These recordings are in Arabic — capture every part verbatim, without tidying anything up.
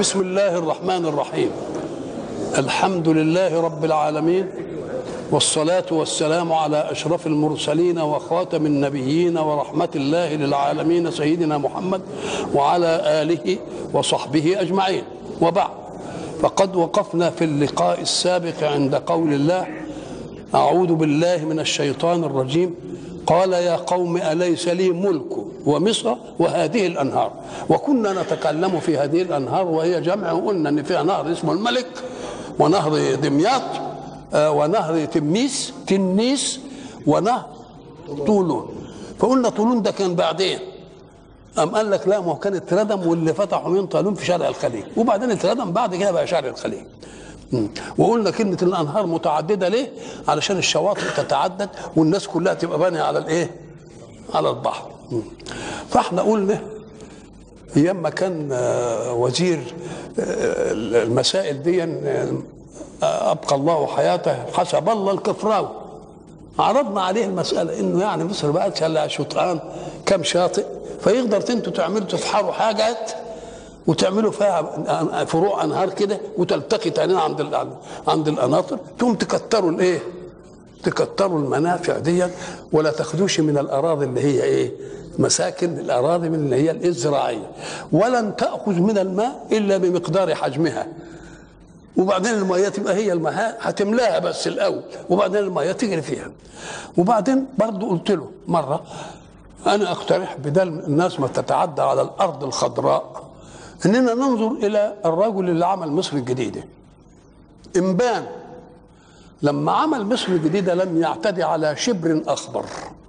بسم الله الرحمن الرحيم. الحمد لله رب العالمين، والصلاة والسلام على أشرف المرسلين وخاتم النبيين ورحمة الله للعالمين سيدنا محمد وعلى آله وصحبه أجمعين، وبعد، فقد وقفنا في اللقاء السابق عند قول الله: أعوذ بالله من الشيطان الرجيم. قال: يا قوم أليس لي ملك ومصر وهذه الأنهار. وكنا نتكلم في هذه الأنهار وهي جمع، وقلنا أن فيها نهر اسمه الملك، ونهر دمياط، ونهر تميس تنيس، ونهر طولون. فقلنا طولون ده كان بعدين، أم قال لك لا، ما هو كان اتردم، واللي فتحوا من طالون في شرق الخليج، وبعدين اتردم بعد كده بقى شرق الخليج. وقلنا كلمة الأنهار متعددة ليه؟ علشان الشواطئ تتعدد والناس كلها تبقى بانية على الإيه؟ على البحر. فاحنا قلنا أيام ما كان وزير المسائل دي أبقى الله حياته حسب الله الكفراوي، عرضنا عليه المسألة إنه يعني مصر بقت لها شطآن كم شاطئ، فيقدر انتوا تعملوا تفحروا حاجات وتعملوا فيها فروع انهار كده وتلتقي تاني عند عند القناطر، تقوم تكتروا الايه؟ تكتروا المنافع دي، ولا تاخدوش من الاراضي اللي هي ايه؟ مساكن الاراضي من اللي هي الزراعيه، ولن تاخذ من الماء الا بمقدار حجمها، وبعدين الميه تبقى هي الماء هتملاها بس الاول، وبعدين الميه تجري فيها. وبعدين برضه قلت له مره: انا اقترح بدل الناس ما تتعدى على الارض الخضراء اننا ننظر الى الرجل اللي عمل مصر الجديده. إنبان لما عمل مصر الجديده لم يعتدي على شبر اخضر،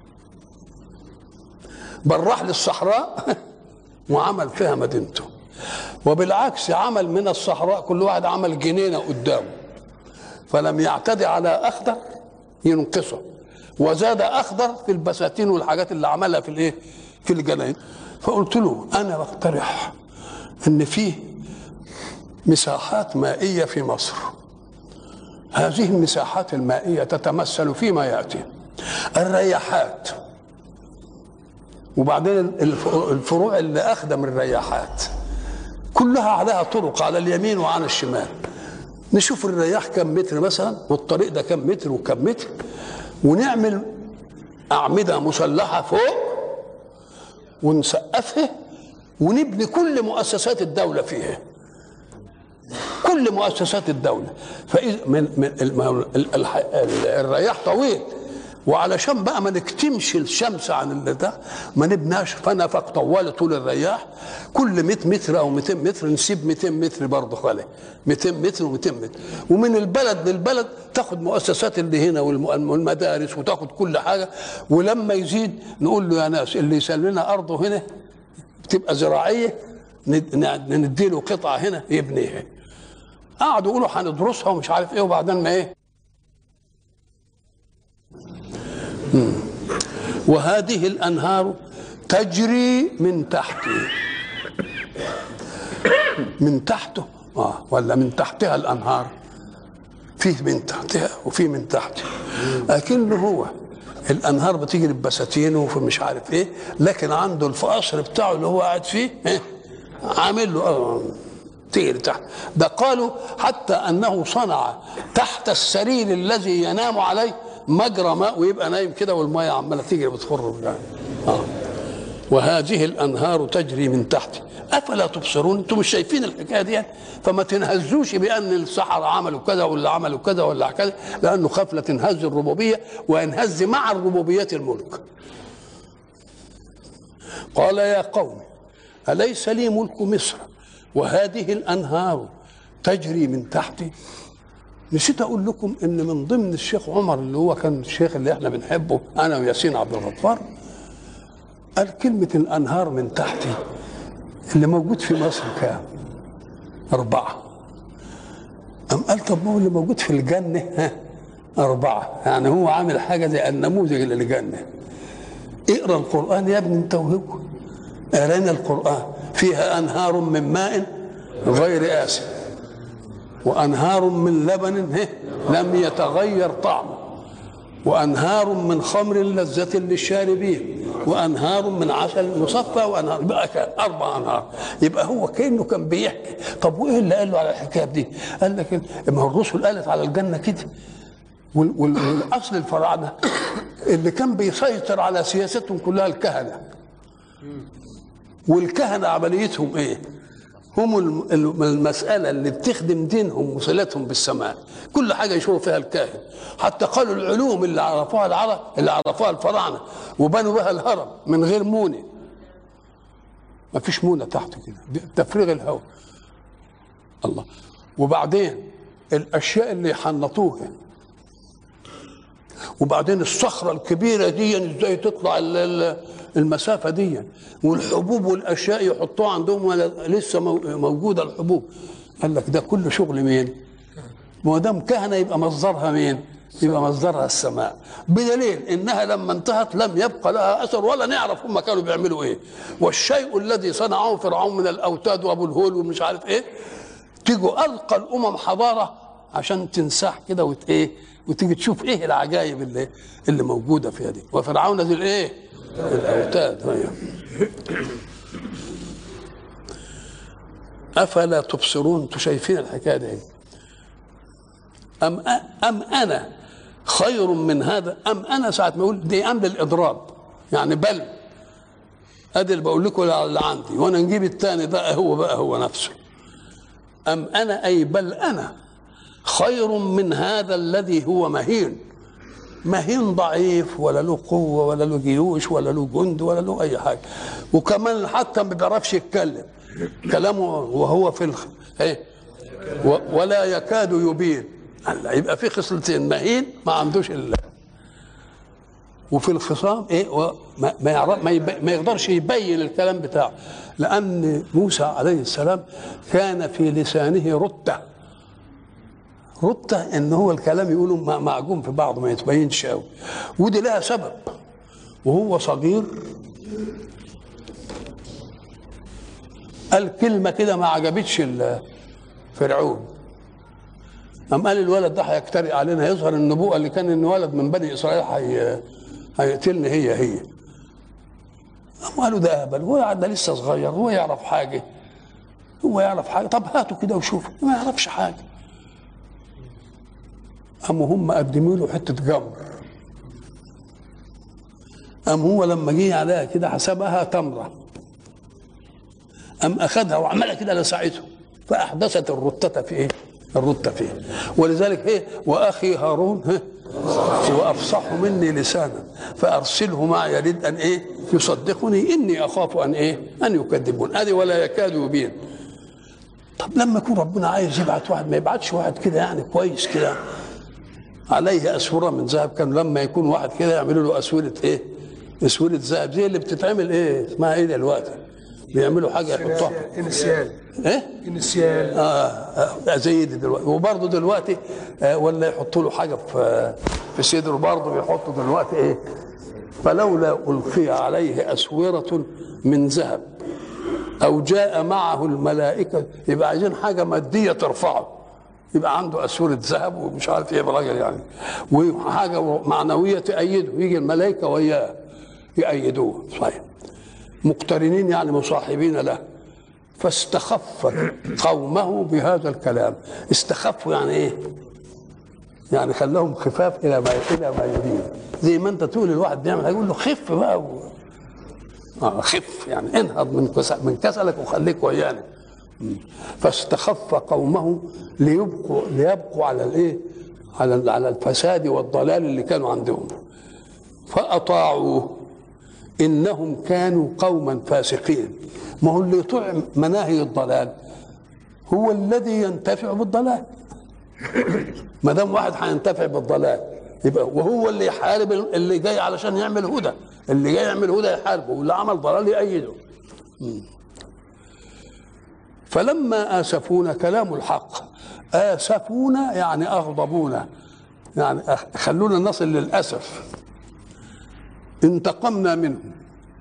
بل راح للصحراء وعمل فيها مدينته، وبالعكس عمل من الصحراء كل واحد عمل جنينه قدامه، فلم يعتدي على اخضر ينقصه، وزاد اخضر في البساتين والحاجات اللي عملها في الايه؟ في الجناين. فقلت له: انا بقترح ان فيه مساحات مائيه في مصر، هذه المساحات المائيه تتمثل فيما ياتي: الرياحات، وبعدين الفروع اللي اخدم الرياحات كلها عليها طرق على اليمين وعلى الشمال، نشوف الرياح كم متر مثلا، والطريق ده كم متر وكم متر، ونعمل أعمدة مسلحة فوق ونسقفها، ونبني كل مؤسسات الدولة فيها، كل مؤسسات الدولة. فإذا من من الرياح طويل، وعلشان بقى ما نكتمش الشمس عن اللي ده ما نبناش فنفق طوال طول الرياح، كل مئة متر او مئتين متر نسيب مئتين متر برضه خالي، مئتين متر ومئتين متر، ومن البلد للبلد تاخد مؤسسات اللي هنا والمدارس وتاخد كل حاجه. ولما يزيد نقول له: يا ناس اللي يسلم لنا ارضه هنا تبقى زراعيه نديله قطعه هنا يبنيها. قعدوا يقولوا هندرسها ومش عارف ايه، وبعدين ما ايه. وهذه الأنهار تجري من تحته، من تحته آه ولا من تحتها الأنهار، فيه من تحتها وفيه من تحته، لكنه هو الأنهار بتجري ببساتينه وفي مش عارف إيه، لكن عنده القصر بتاعه اللي هو قاعد فيه إيه؟ عامل له آه تجري تحت. ده قالوا حتى أنه صنع تحت السرير الذي ينام عليه مجرى ماء، ويبقى نايم كده والميه عماله تجري بتخر يعني. اه وهذه الانهار تجري من تحتي افلا تبصرون. انتم مش شايفين الحكايه دي؟ فما تنهزوش بان السحره عملوا كذا ولا عملوا كذا ولا كذا، لانه خاف لا تنهز الربوبيه وينهز مع الربوبيه الملك. قال: يا قوم اليس لي ملك مصر وهذه الانهار تجري من تحتي. نسيت اقول لكم ان من ضمن الشيخ عمر اللي هو كان الشيخ اللي احنا بنحبه انا وياسين عبد الغفار، قال كلمه الانهار من تحتي اللي موجود في مصر كام؟ اربعه. قام قال: طب ما هو اللي موجود في الجنه ها اربعه، يعني هو عامل حاجه زي النموذج للجنه. اقرا القران يا ابني انت وهو، قرانا القران: فيها انهار من ماء غير آسن وأنهار من لبن لم يتغير طعمه وأنهار من خمر لذة للشاربين وانهار من عسل مصفى وانهار، يبقى كان اربع انهار. يبقى هو كانه كان بيحكي. طب وايه اللي قال له على الحكايه دي؟ قال لك ما هو الرسل قالت على الجنه كده، والاصل الفراعنه اللي كان بيسيطر على سياستهم كلها الكهنه. والكهنه عمليتهم ايه؟ هم المساله اللي بتخدم دينهم وصلتهم بالسماء، كل حاجه يشوفوا فيها الكاهن. حتى قالوا العلوم اللي عرفوها العرب اللي عرفوها الفراعنه وبنوا بها الهرم من غير مونه، ما فيش مونه تحته كده، تفريغ الهواء. الله. وبعدين الاشياء اللي حنطوها، وبعدين الصخره الكبيره دي ازاي تطلع المسافه دي، والحبوب والاشياء يحطوها عندهم لسه موجوده الحبوب. قال لك ده كله شغل مين؟ ما دام كهنه يبقى مصدرها مين؟ يبقى مصدرها السماء، بدليل انها لما انتهت لم يبقى لها اثر ولا نعرف هم كانوا بيعملوا ايه. والشيء الذي صنعه فرعون من الاوتاد وابو الهول ومش عارف ايه، تيجوا القى الامم حضاره عشان تنساح كده وت ايه، وتيجي تشوف ايه العجائب اللي اللي موجوده فيها دي. وفرعون ذي الايه؟ الاوتاد. هي افلا تبصرون؟ انتوا شايفين الحكايه دي؟ ام ام انا خير من هذا؟ ام انا ساعه ما اقول دي ام للاضراب، يعني بل ادي اللي بقول لكم اللي عندي، وانا نجيب الثاني بقى هو بقى هو نفسه. ام انا اي بل انا خير من هذا الذي هو مهين. مهين ضعيف، ولا له قوه ولا له جيوش ولا له جند ولا له اي حاجه، وكمان حتى ما بيعرفش يتكلم كلامه وهو في الخ... ايه ولا يكاد يبين. يبقى في خصلتين، مهين ما عندوش الا، وفي الخصام ايه ما ما, يعرف ما, يبي... ما يقدرش يبين الكلام بتاعه. لان موسى عليه السلام كان في لسانه رته رته ان هو الكلام يقوله معجون في بعضه ما يتبينش قوي، ودي لها سبب. وهو صغير قال كلمه كده ما عجبتش فرعون، قام قال الولد ده هيجترئ علينا، يظهر النبوءه اللي كان ان ولد من بني اسرائيل هي هيقتلني هي هي. قام قالوا ده اهبل، هو ده لسه صغير، هو يعرف حاجه؟ هو يعرف حاجه؟ طب هاتوا كده وشوفوا، ما يعرفش حاجه. قاموا هم قدموا له حته جمر، قام هو لما جه عليها كده حسبها تمره، قام اخذها وعملها كده لسعته، فاحدثت الرتة في ايه؟ الرتة فيه. ولذلك ايه؟ واخي هارون ها هو افصح مني لسانا فارسله معي يريد ان ايه؟ يصدقني اني اخاف ان ايه؟ ان يكذبون. ادي ولا يكاد يبين. طب لما يكون ربنا عايز يبعت واحد ما يبعتش واحد كده يعني كويس كده عليه اسوره من ذهب؟ كان لما يكون واحد كده يعملوا له اسوره ايه؟ اسوره ذهب زي اللي بتتعمل ايه؟ اسمها ايه دلوقتي؟ بيعملوا حاجه يحطوها انسيال. ايه؟ انسيال. اه, آه زي دي دلوقتي. وبرضه دلوقتي آه ولا يحطوا له حاجه في في صدره، برضه بيحطوا دلوقتي ايه؟ فلولا القي عليه اسوره من ذهب او جاء معه الملائكه. يبقى عايزين حاجه ماديه ترفعه، يبقى عنده اسوره ذهب ومش عارف ايه براجل يعني، وحاجه معنويه تأيده، يجي الملائكه وياه يأيدوه. صحيح، مقترنين يعني مصاحبين له. فاستخف قومه بهذا الكلام. استخفوا يعني ايه؟ يعني خلاهم خفاف الى ما الى ما يريد. زي ما انت تقول الواحد بيعمل يقول له خف بقى و... آه خف يعني انهض من كسل من كسلك وخليك ويانا. فاستخف قومه ليبقوا ليبقوا على الايه؟ على على الفساد والضلال اللي كانوا عندهم. فاطاعوه انهم كانوا قوما فاسقين. ما هو اللي يطيع مناهي الضلال هو الذي ينتفع بالضلال. ما دام واحد هينتفع بالضلال يبقى وهو اللي يحارب اللي جاي علشان يعمل هدى، اللي جاي يعمل هدى يحاربه، واللي عمل ضلال يأيده. فلما آسفونا، كلام الحق، آسفونا يعني أغضبونا، يعني خلونا نصل للأسف. انتقمنا منهم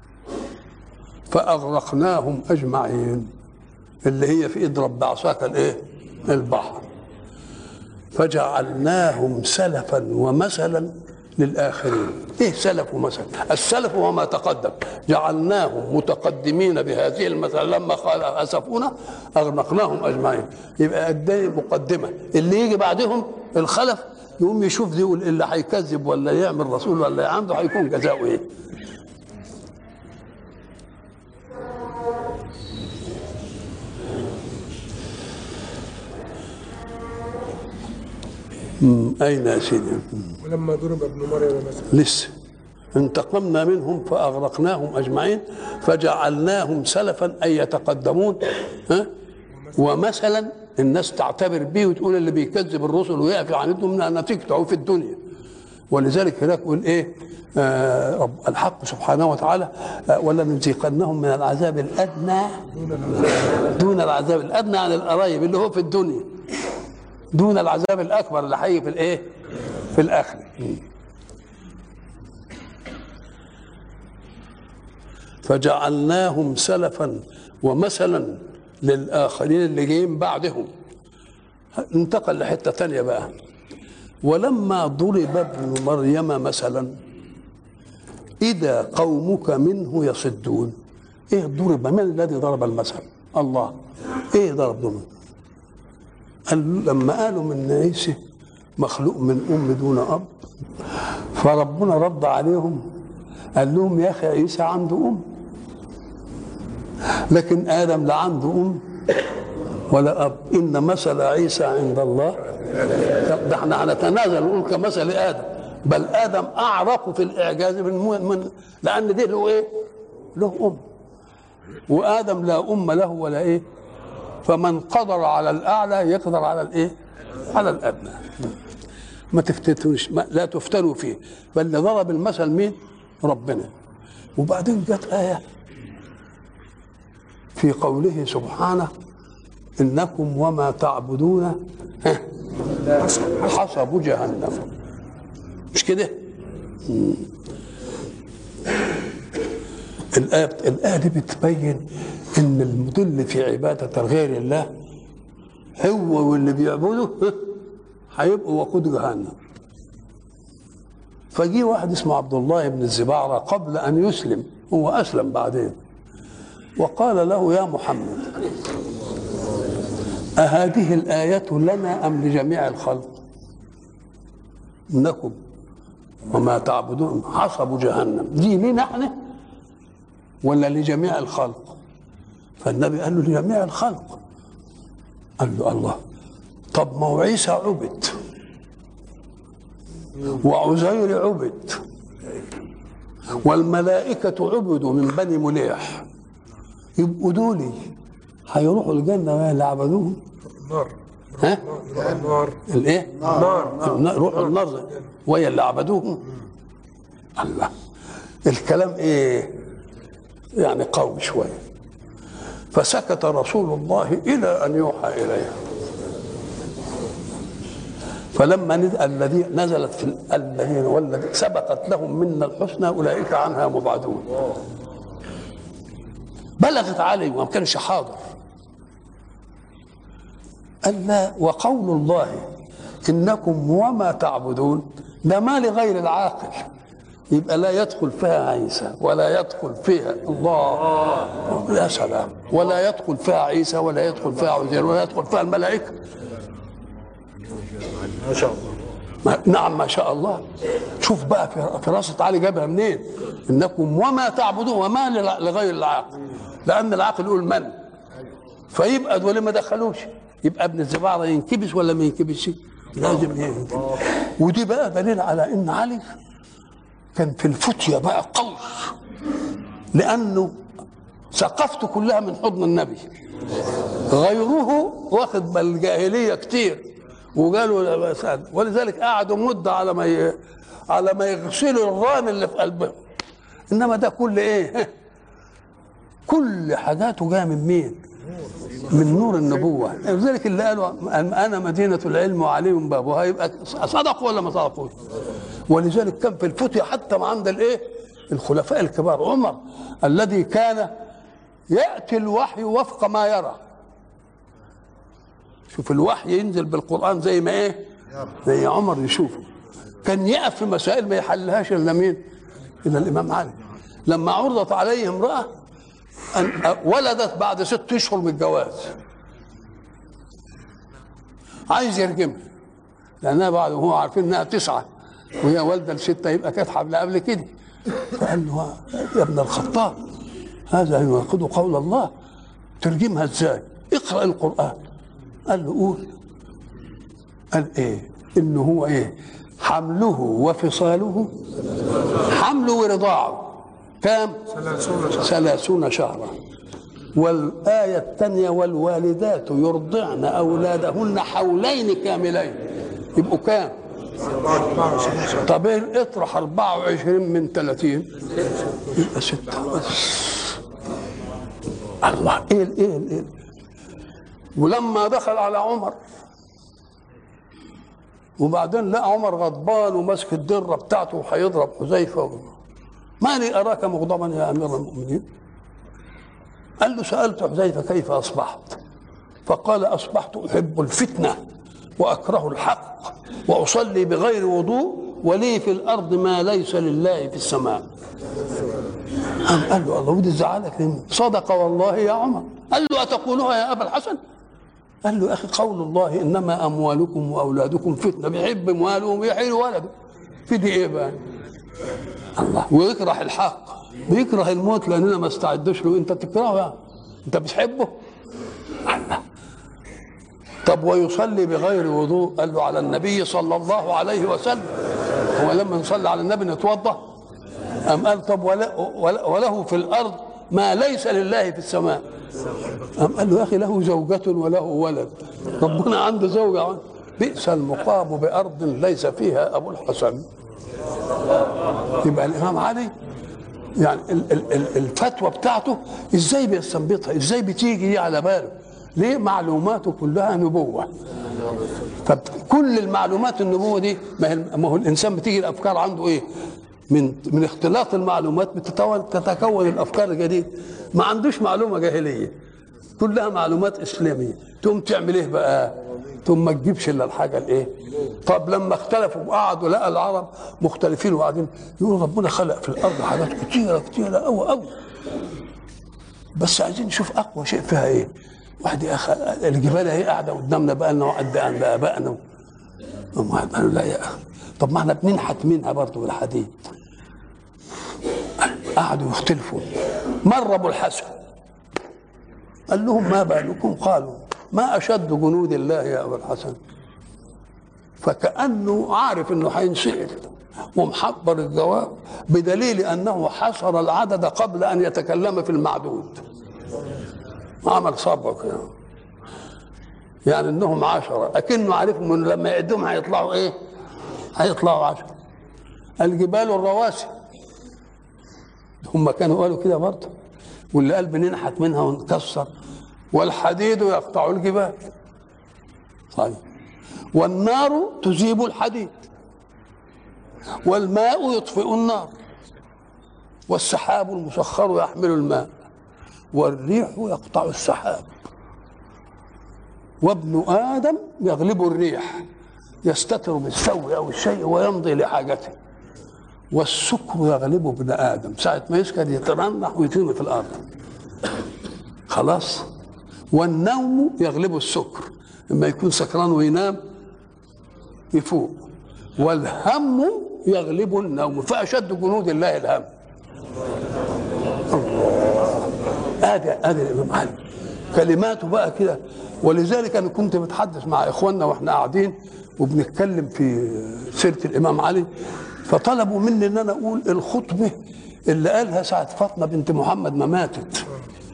فأغرقناهم أجمعين، اللي هي في اضرب بعصاك الايه؟ البحر. فجعلناهم سلفا ومثلا للآخرين. إيه سلف ومثل؟ السلف هو ما تقدم، جعلناهم متقدمين بهذه المثل لما قال أسفونا أغرقناهم أجمعين. يبقى أدي مقدمة، اللي يجي بعدهم الخلف يقوم يشوف دي يقول اللي هيكذب ولا يعمل رسول ولا عنده هيكون جزاؤه إيه. أين يا سيدي؟ ولما ضرب ابن مريم مثلا لسه انتقمنا منهم فأغرقناهم أجمعين فجعلناهم سلفا أي يتقدمون ها ومثلا الناس تعتبر به وتقول اللي بيكذب الرسل ويعفي عنهم نتيجته في الدنيا. ولذلك هناك يقول ايه آه رب الحق سبحانه وتعالى آه ولا نذيقنهم من العذاب الأدنى دون العذاب الأدنى عن القرايب اللي هو في الدنيا دون العذاب الأكبر اللي هيجي في الايه في الآخرة. فجعلناهم سلفا ومثلا للآخرين اللي جايين بعدهم. انتقل لحتة ثانية بقى. ولما ضرب ابن مريم مثلا إذا قومك منه يصدون. إيه ضرب؟ من الذي ضرب المثل؟ الله. إيه ضرب منه؟ قال لما قالوا من عيسى مخلوق من أم دون أب فربنا رد عليهم قال لهم يا أخي عيسى عنده أم لكن آدم لا عنده أم ولا أب. إن مثل عيسى عند الله ده احنا هنتنازل ونقول كمثل آدم بل آدم أعرق في الإعجاز من, من لأن دي له إيه؟ له أم وآدم لا أم له ولا إيه؟ فمن قدر على الأعلى يقدر على الإيه؟ على الأدنى. ما تفتنوش لا تفتنوا فيه بل اللي ضرب المثل مين؟ ربنا. وبعدين جت آية في قوله سبحانه إنكم وما تعبدون حسب جهنم. مش كده؟ الآية الآية دي بتبين إن المضل في عبادة غير الله هو واللي بيعبده هيبقوا وقود جهنم. فجي واحد اسمه عبد الله بن الزبارة قبل أن يسلم هو أسلم بعدين وقال له يا محمد أهذه الآية لنا أم لجميع الخلق؟ إنكم وما تعبدون حسب جهنم دي لنا احنا ولا لجميع الخلق؟ فالنبي قال له لجميع الخلق. قال له الله طب ما هو عيسى عبد وعزير عبد والملائكة عبدوا من بني مليح يبقوا دولي هيروحوا الجنة وهي اللي عبدوهم؟ النار. ها؟ النار. الايه؟ النار. روحوا النار وهي اللي عبدوهم. الله الكلام ايه؟ يعني قوي شويه. فسكت رسول الله الى ان يوحى اليه. فلما الذي نزلت في الذين والذي سبقت لهم منا الحسنى اولئك عنها مبعدون. بلغت عليه وما كانش حاضر. قال لا وقول الله انكم وما تعبدون ده ما لغير العاقل يبقى لا يدخل فيها عيسى ولا يدخل فيها الله يا سلام ولا يدخل فيها عيسى ولا يدخل فيها عزير ولا يدخل فيها الملائكه. ما شاء الله. ما نعم ما شاء الله. شوف بقى فراسة علي جابها منين؟ انكم وما تعبدون وما لغير العاقل لان العاقل يقول من فيبقى دول ما دخلوش يبقى ابن الزبارة ينكبس ولا ما ينكبسش؟ لازم ينكبس. ودي بقى دليل على ان علي كان في الفتية بقى قوي لانه ثقافته كلها من حضن النبي غيره واخد بالجاهلية كتير وقالوا ولذلك قعدوا مدة على ما ي... على ما يغسلوا الران اللي في قلبهم. انما ده كل ايه؟ كل حاجاته جايه من مين؟ من نور النبوه. لذلك اللي قالوا انا مدينه العلم وعليهم بابها يبقى صدقوا ولا ما صدقوش؟ ولذلك كان في الفتية حتى ما عند الايه؟ الخلفاء الكبار. عمر الذي كان ياتي الوحي وفق ما يرى. شوف الوحي ينزل بالقرآن زي ما ايه؟ زي عمر يشوفه. كان يقف في مسائل ما يحلهاش الا مين؟ الا الامام علي. لما عرضت عليه امراه أن ولدت بعد ست اشهر من الجواز، عايز يرجمها لانها بعد وهو عارفين انها تسعه وهي والده لسته، يبقى كانت حامله قبل كده. فقال له يا ابن الخطاب هذا يناقض قول الله، ترجمها ازاي؟ اقرا القران. قال له قول. قال ايه؟ انه هو ايه؟ حمله وفصاله، حمله ورضاعه كام؟ ثلاثون شهرا. والآية الثانية والوالدات يرضعن أولادهن حولين كاملين، يبقوا كام؟ طب اطرح أربعة وعشرين من ثلاثين يبقى ستة بس. الله ايه ايه ايه. ولما دخل على عمر وبعدين لقى عمر غضبان وماسك الدره بتاعته وهيضرب حذيفه، ما لي اراك مغضبا يا امير المؤمنين؟ قال له سالت حذيفه كيف اصبحت؟ فقال اصبحت احب الفتنه واكره الحق واصلي بغير وضوء ولي في الارض ما ليس لله في السماء. قال له الله ودي زعلك؟ صدق والله يا عمر. قال له اتقولها يا ابا الحسن؟ قال له يا اخي قول الله انما اموالكم واولادكم فتنه، بيحب ماله ويحيل ولده، في دي ايه بقى؟ الله. ويكره الحق، بيكره الموت لاننا ما استعدوش له. انت تكرهه يعني؟ انت بتحبه؟ الله. طب ويصلي بغير وضوء؟ قال له على النبي صلى الله عليه وسلم. هو لما نصلي على النبي نتوضا؟ أم قال طب وله في الارض ما ليس لله في السماء. أم قال له يا اخي له زوجة وله ولد، ربنا عنده زوجة. بئس المقام بأرض ليس فيها أبو الحسن. يبقى الإمام علي يعني الفتوى بتاعته ازاي بيستنبطها، ازاي بتيجي على باله؟ ليه؟ معلوماته كلها نبوة. فكل المعلومات النبوة دي ما هو الإنسان بتيجي الأفكار عنده إيه؟ من من اختلاط المعلومات بتتكون الافكار الجديده. ما عندوش معلومه جاهليه، كلها معلومات اسلاميه. تقوم تعمل ايه بقى؟ تقوم ما تجيبش الا الحاجه الايه؟ طب لما اختلفوا وقعدوا لقى العرب مختلفين وقاعدين يقولوا ربنا خلق في الارض حاجات كتيره كتيره قوي قوي، بس عايزين نشوف اقوى شيء فيها ايه. واحد يا اخي الجبال اهي قاعده قدامنا بقى لنا وقد عند ابائنا. واحد قالوا لا يا اخي طب ما احنا بننحت منها برضه بالحديد. قعدوا يختلفوا. مر ابو الحسن قال لهم ما بالكم؟ قالوا ما اشد جنود الله يا ابو الحسن. فكانه عارف انه هينسال ومحضر الجواب، بدليل انه حصر العدد قبل ان يتكلم في المعدود. عمل صبر كده يعني انهم عشرة، اكنه عارفهم انه لما يعدهم هيطلعوا ايه؟ هيطلعوا عشرة. الجبال الرواسي هم كانوا قالوا كده برضه، واللي قال بننحت منها ونكسر. والحديد يقطع الجبال. طيب والنار تذيب الحديد، والماء يطفئ النار، والسحاب المسخر يحمل الماء، والريح يقطع السحاب، وابن آدم يغلب الريح يستتر بالثوب أو الشيء ويمضي لحاجته، والسكر يغلب ابن آدم ساعة ما يسكر يترنح ويترمي في الأرض خلاص. والنوم يغلب السكر، لما يكون سكران وينام يفوق. والهم يغلب النوم، فأشد جنود الله الهم. ادي ادي الامام علي كلماته بقى كده. ولذلك انا كنت بتحدث مع اخواننا واحنا قاعدين وبنتكلم في سيره الامام علي، فطلبوا مني ان انا اقول الخطبه اللي قالها ساعه فاطمه بنت محمد ما ماتت.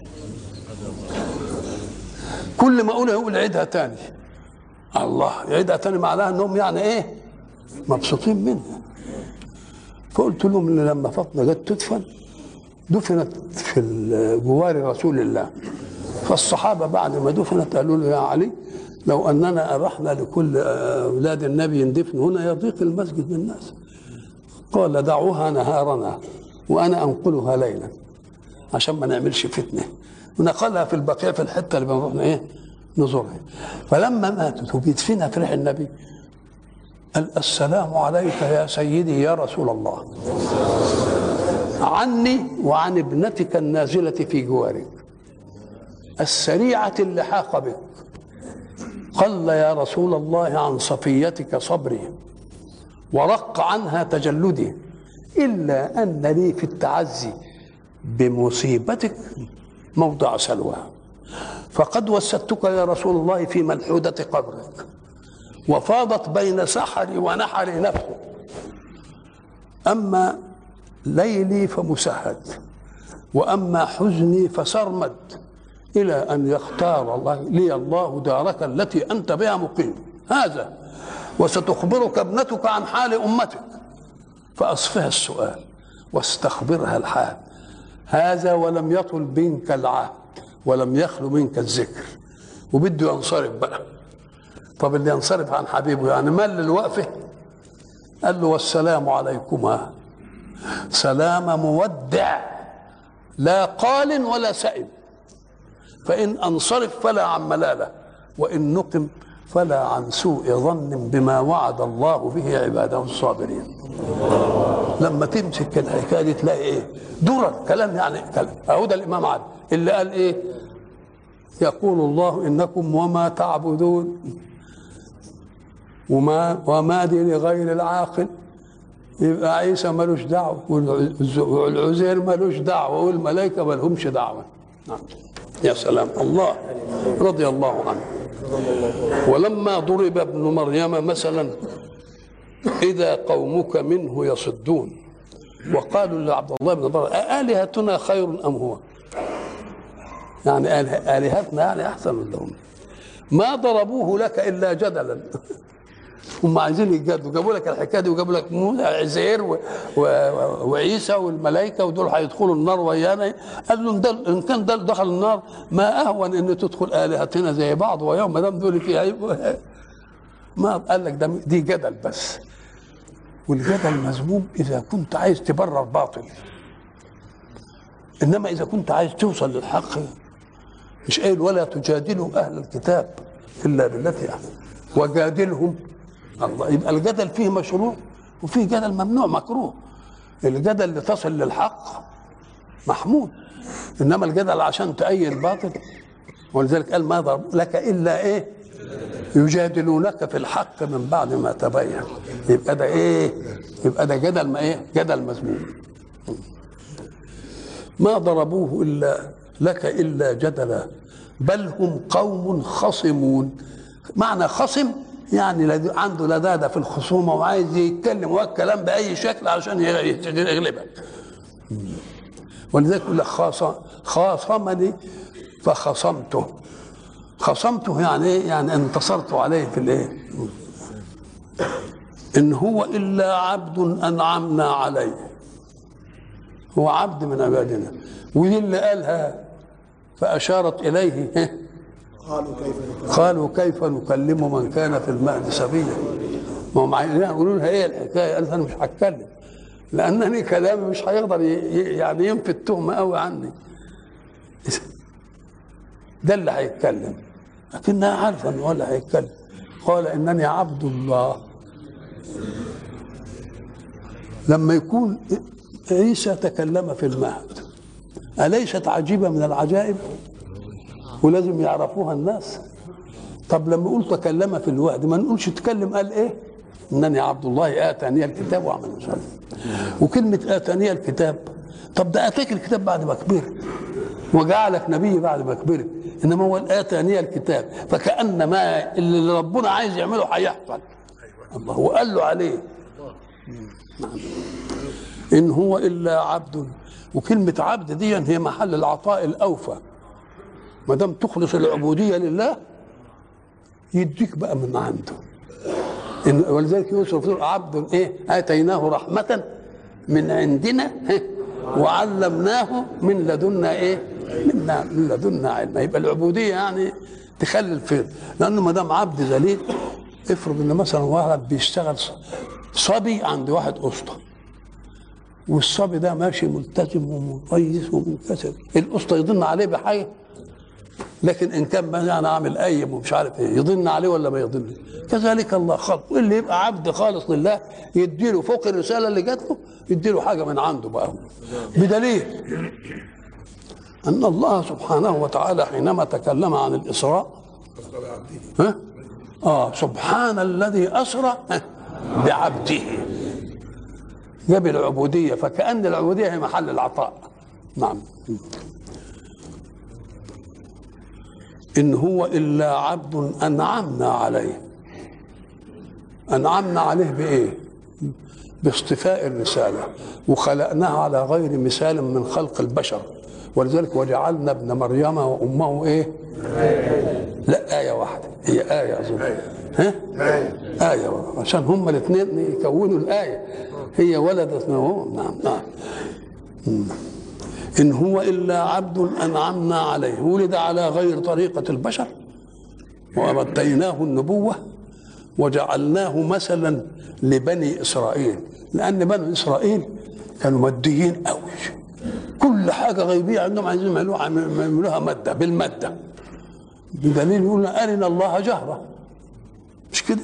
كل ما اقولها يقول عيدها تاني. الله، يعيدها تاني معناها انهم يعني ايه؟ مبسوطين منها. فقلت لهم ان لما فاطمه جت تدفن دفنت في جوار رسول الله، فالصحابه بعد ما دفنت قالوا له يا علي لو اننا ابحنا لكل اولاد النبي يندفن هنا يضيق المسجد بالناس. قال دعوها نهارنا وانا انقلها ليلا عشان ما نعملش فتنه، ونقلها في البقيع في الحته اللي بنروح ايه نزورها. فلما ماتت وبيدفنها في ريح النبي قال السلام عليك يا سيدي يا رسول الله، عني وعن ابنتك النازلة في جوارك السريعة اللحاق بك. قل يا رسول الله عن صفيتك صبري ورق عنها تجلدي، إلا أن لي في التعزي بمصيبتك موضع سلوى، فقد وسدتك يا رسول الله في ملحودة قبرك، وفاضت بين سحري ونحري نفسه، أما ليلي فمسهد وأما حزني فسرمد، إلى أن يختار الله لي الله دارك التي أنت بها مقيم. هذا وستخبرك ابنتك عن حال أمتك، فأصفها السؤال واستخبرها الحال. هذا ولم يطل منك العهد ولم يخلو منك الذكر، وبده ينصرف بقى. طب اللي ينصرف عن حبيبه يعني مل الوقفه؟ قال له والسلام عليكما، سلام مودع لا قال ولا سئم، فإن أنصرف فلا عن ملالة، وإن نقم فلا عن سوء ظن بما وعد الله به عباده الصابرين. لما تمسك الحكايه دي تلاقي ايه؟ درر كلام، يعني كلام. اهو ده الامام علي اللي قال ايه؟ يقول الله انكم وما تعبدون وما وما دي لغير العاقل، يبقى عيسى ملوش دعوه والعزير ملوش دعوه والملائكه ما لهمش دعوه. يا سلام، الله رضي الله عنه. ولما ضرب ابن مريم مثلا إذا قومك منه يصدون وقالوا لعبد الله بن مريم أآلهتنا خير أم هو؟ يعني آلهتنا يعني أحسن من لهم. ما ضربوه لك إلا جدلا. هم عايزين يجادلوا، جابوا لك الحكايه دي وجابوا لك موسى عزير و... و... وعيسى والملائكه ودول هيدخلوا النار ويانا. قال له ان كان ده دخل النار ما اهون ان تدخل الهتنا زي بعض ويوم ما دام دول فيها يبقوا ما قال لك ده دي جدل بس. والجدل مذموم اذا كنت عايز تبرر باطل، انما اذا كنت عايز توصل للحق مش قايل ولا تجادلوا اهل الكتاب الا بالتي احسن وجادلهم. الله، يبقى الجدل فيه مشروع وفيه جدل ممنوع مكروه. الجدل اللي تصل للحق محمود، انما الجدل عشان تأيد باطل. ولذلك قال ما ضرب لك الا ايه؟ يجادلونك في الحق من بعد ما تبين. يبقى ده ايه؟ يبقى ده جدل ما ايه؟ جدل مذموم. ما ضربوه الا لك الا جدلا بل هم قوم خصمون. معنى خصم يعني عنده لذاذة في الخصومة وعايز يتكلم والكلام بأي شكل عشان يغلبك. ولذلك يقول لك خاصمني فخصمته. خصمته يعني ايه؟ يعني انتصرت عليه في الايه؟ ان هو الا عبد انعمنا عليه، هو عبد من عبادنا. ودي اللي قالها فاشارت اليه قالوا كيف نكلم من كان في المهد سبيلا. ما هم عايزين يقولوا لها ايه الحكايه؟ قالت انا مش هتكلم لانني كلامي مش هيقدر يعني ينفي التهمه قوي عني. ده اللي هيتكلم، لكنها عارفه ان هو اللي هيتكلم. قال انني عبد الله. لما يكون عيسى تكلم في المهد أليست عجيبه من العجائب؟ ولازم يعرفوها الناس. طب لما يقول تكلم في الوحد ما نقولش تكلم قال ايه؟ انني عبد الله اتاني الكتاب وعمل مش عارف. وكلمه اتاني الكتاب، طب ده اتاك الكتاب بعد ما كبرت وجعلك نبي بعد ما كبرت، انما هو اتاني الكتاب، فكأن ما اللي ربنا عايز يعمله هيحصل. الله وقال له عليه ان هو الا عبد. وكلمه عبد دي هي محل العطاء الاوفى. ما دام تخلص العبوديه لله يديك بقى من عنده. إن ولذلك يوسف عبد ايه؟ اتيناه رحمه من عندنا وعلمناه من لدنا ايه؟ من, من لدنا علما. يبقى العبوديه يعني تخلي الفيض، لانه ما دام عبد ذليل. افرض ان مثلا واحد بيشتغل صبي عند واحد اسطى، والصبي ده ماشي ملتزم ومقيس ومنكسر، الاسطى يضن عليه بحاجه؟ لكن ان كان بقى انا اعمل ايم ومش عارف ايه يضن عليه ولا ما يضنش. كذلك الله خلق، اللي يبقى عبد خالص لله يديله فوق الرساله اللي جات له يديله حاجه من عنده بقى، بدليل ان الله سبحانه وتعالى حينما تكلم عن الاسراء ها اه سبحان الذي اسرى بعبده، جاب العبوديه، فكأن العبوديه هي محل العطاء. نعم. إن هو إلا عبد أنعمنا عليه. أنعمنا عليه بإيه؟ باصطفاء الرسالة، وخلقناها على غير مثال من خلق البشر، ولذلك وجعلنا ابن مريم وأمه إيه؟ لا آية واحدة، هي آية أظن. ها؟ آية واحدة، عشان هما الاثنين يكونوا الآية، هي ولدت منه. نعم نعم. إن هو إلا عبد أنعمنا عليه، ولد على غير طريقة البشر، وأتيناه النبوة وجعلناه مثلا لبني إسرائيل، لأن بني إسرائيل كانوا ماديين قوي، كل حاجة غيبية عندهم عايزين يعملوها يعملوها مادة بالمادة، بدليل يقولنا أرنا الله جهرة، مش كده؟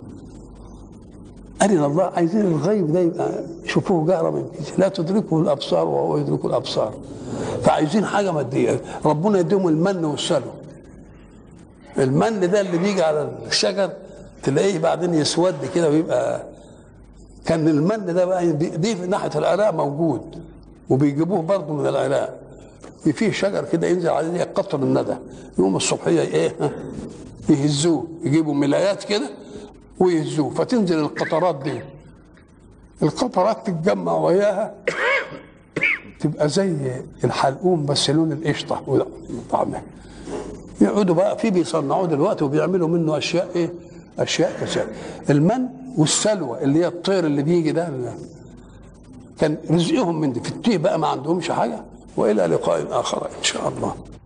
أرنا الله، عايزين الغيب ده يبقى شوفوه جهرة من كده، لا تدركه الأبصار وهو يدرك الأبصار، فعايزين حاجة مادية. ربنا يديهم المن والسلوى. المن ده اللي بيجي على الشجر تلاقيه بعدين يسود كده ويبقى، كان المن ده بقى دي في ناحية العراق موجود، وبيجيبوه برضه من العراق، فيه شجر كده ينزل عليه قطر الندى، يوم الصبحية ايه يهزوه، يجيبوا ملايات كده ويهزوه، فتنزل القطرات دي، القطرات تتجمع وياها تبقى زي الحلقوم بس لون القشطه طعمها. يقعدوا بقى في بيصنعوه دلوقتي وبيعملوا منه اشياء ايه؟ اشياء كثيره. المن والسلوى اللي هي الطير اللي بيجي ده كان رزقهم من دي، في التيه بقى ما عندهمش حاجه. والى لقاء اخر ان شاء الله.